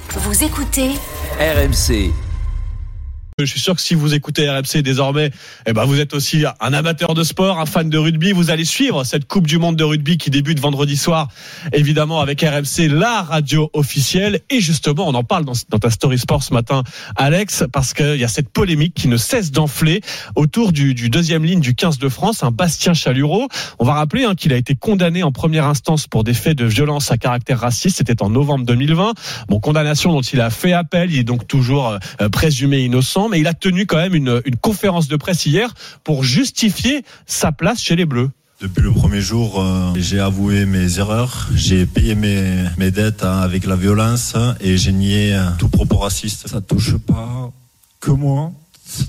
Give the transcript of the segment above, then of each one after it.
Vous écoutez RMC. Je suis sûr que si vous écoutez RMC désormais, vous êtes aussi un amateur de sport, un fan de rugby. Vous allez suivre cette Coupe du Monde de rugby qui débute vendredi soir, évidemment avec RMC, la radio officielle. Et justement, on en parle dans ta story sport ce matin, Alex, parce qu'il y a cette polémique qui ne cesse d'enfler autour du deuxième ligne du 15 de France, un Bastien Chalureau. On va rappeler qu'il a été condamné en première instance pour des faits de violence à caractère raciste. C'était en novembre 2020. Condamnation dont il a fait appel. Il est donc toujours présumé innocent. Mais il a tenu quand même une conférence de presse hier pour justifier sa place chez les Bleus. Depuis le premier jour, j'ai avoué mes erreurs, j'ai payé mes dettes avec la violence et j'ai nié tout propos raciste. Ça touche pas que moi, ça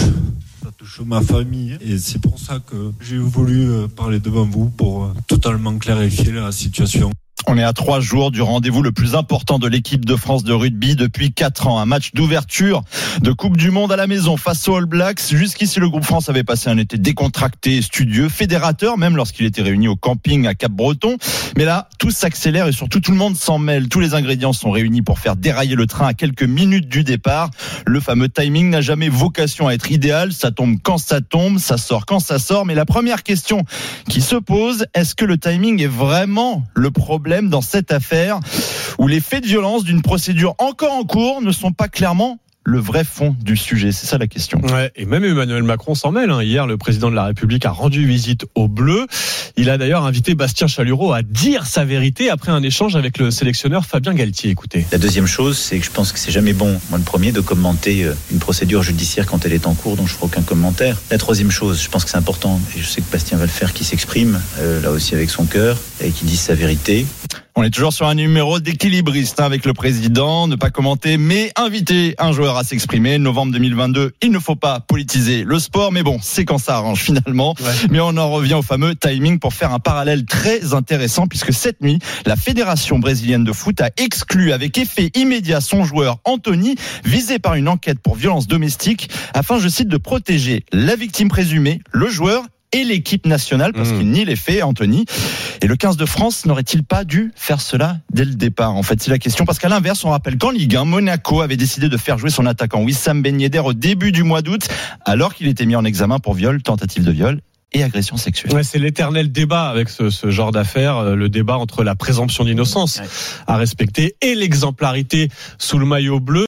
touche ma famille et c'est pour ça que j'ai voulu parler devant vous pour totalement clarifier la situation. On est à 3 jours du rendez-vous le plus important de l'équipe de France de rugby depuis 4 ans. Un match d'ouverture de Coupe du Monde à la maison face aux All Blacks. Jusqu'ici, le groupe France avait passé un été décontracté, studieux, fédérateur, même lorsqu'il était réuni au camping à Cap-Breton. Mais là, tout s'accélère et surtout tout le monde s'en mêle. Tous les ingrédients sont réunis pour faire dérailler le train à quelques minutes du départ. Le fameux timing n'a jamais vocation à être idéal. Ça tombe quand ça tombe, ça sort quand ça sort. Mais la première question qui se pose, est-ce que le timing est vraiment le problème dans cette affaire où les faits de violence d'une procédure encore en cours ne sont pas clairement le vrai fond du sujet? C'est ça la question. Ouais, et même Emmanuel Macron s'en mêle. Hier, le président de la République a rendu visite aux Bleus. Il a d'ailleurs invité Bastien Chalureau à dire sa vérité après un échange avec le sélectionneur Fabien Galtier. Écoutez. La deuxième chose, c'est que je pense que c'est jamais bon, moi le premier, de commenter une procédure judiciaire quand elle est en cours, donc je ferai aucun commentaire. La troisième chose, je pense que c'est important, et je sais que Bastien va le faire, qu'il s'exprime, là aussi avec son cœur, et qu'il dise sa vérité. On est toujours sur un numéro d'équilibriste avec le président, ne pas commenter, mais inviter un joueur à s'exprimer. Novembre 2022, il ne faut pas politiser le sport, mais bon, c'est quand ça arrange finalement. Ouais. Mais on en revient au fameux timing pour faire un parallèle très intéressant, puisque cette nuit, la Fédération brésilienne de foot a exclu avec effet immédiat son joueur Anthony, visé par une enquête pour violence domestique, afin, je cite, de protéger la victime présumée, le joueur et l'équipe nationale, parce qu'il nie les faits, Anthony. Et le 15 de France n'aurait-il pas dû faire cela dès le départ? En fait, c'est la question, parce qu'à l'inverse, on rappelle qu'en Ligue 1, Monaco avait décidé de faire jouer son attaquant Wissam Ben Yedder au début du mois d'août, alors qu'il était mis en examen pour viol, tentative de viol et agression sexuelle. Ouais, c'est l'éternel débat avec ce genre d'affaires, le débat entre la présomption d'innocence à respecter et l'exemplarité sous le maillot bleu.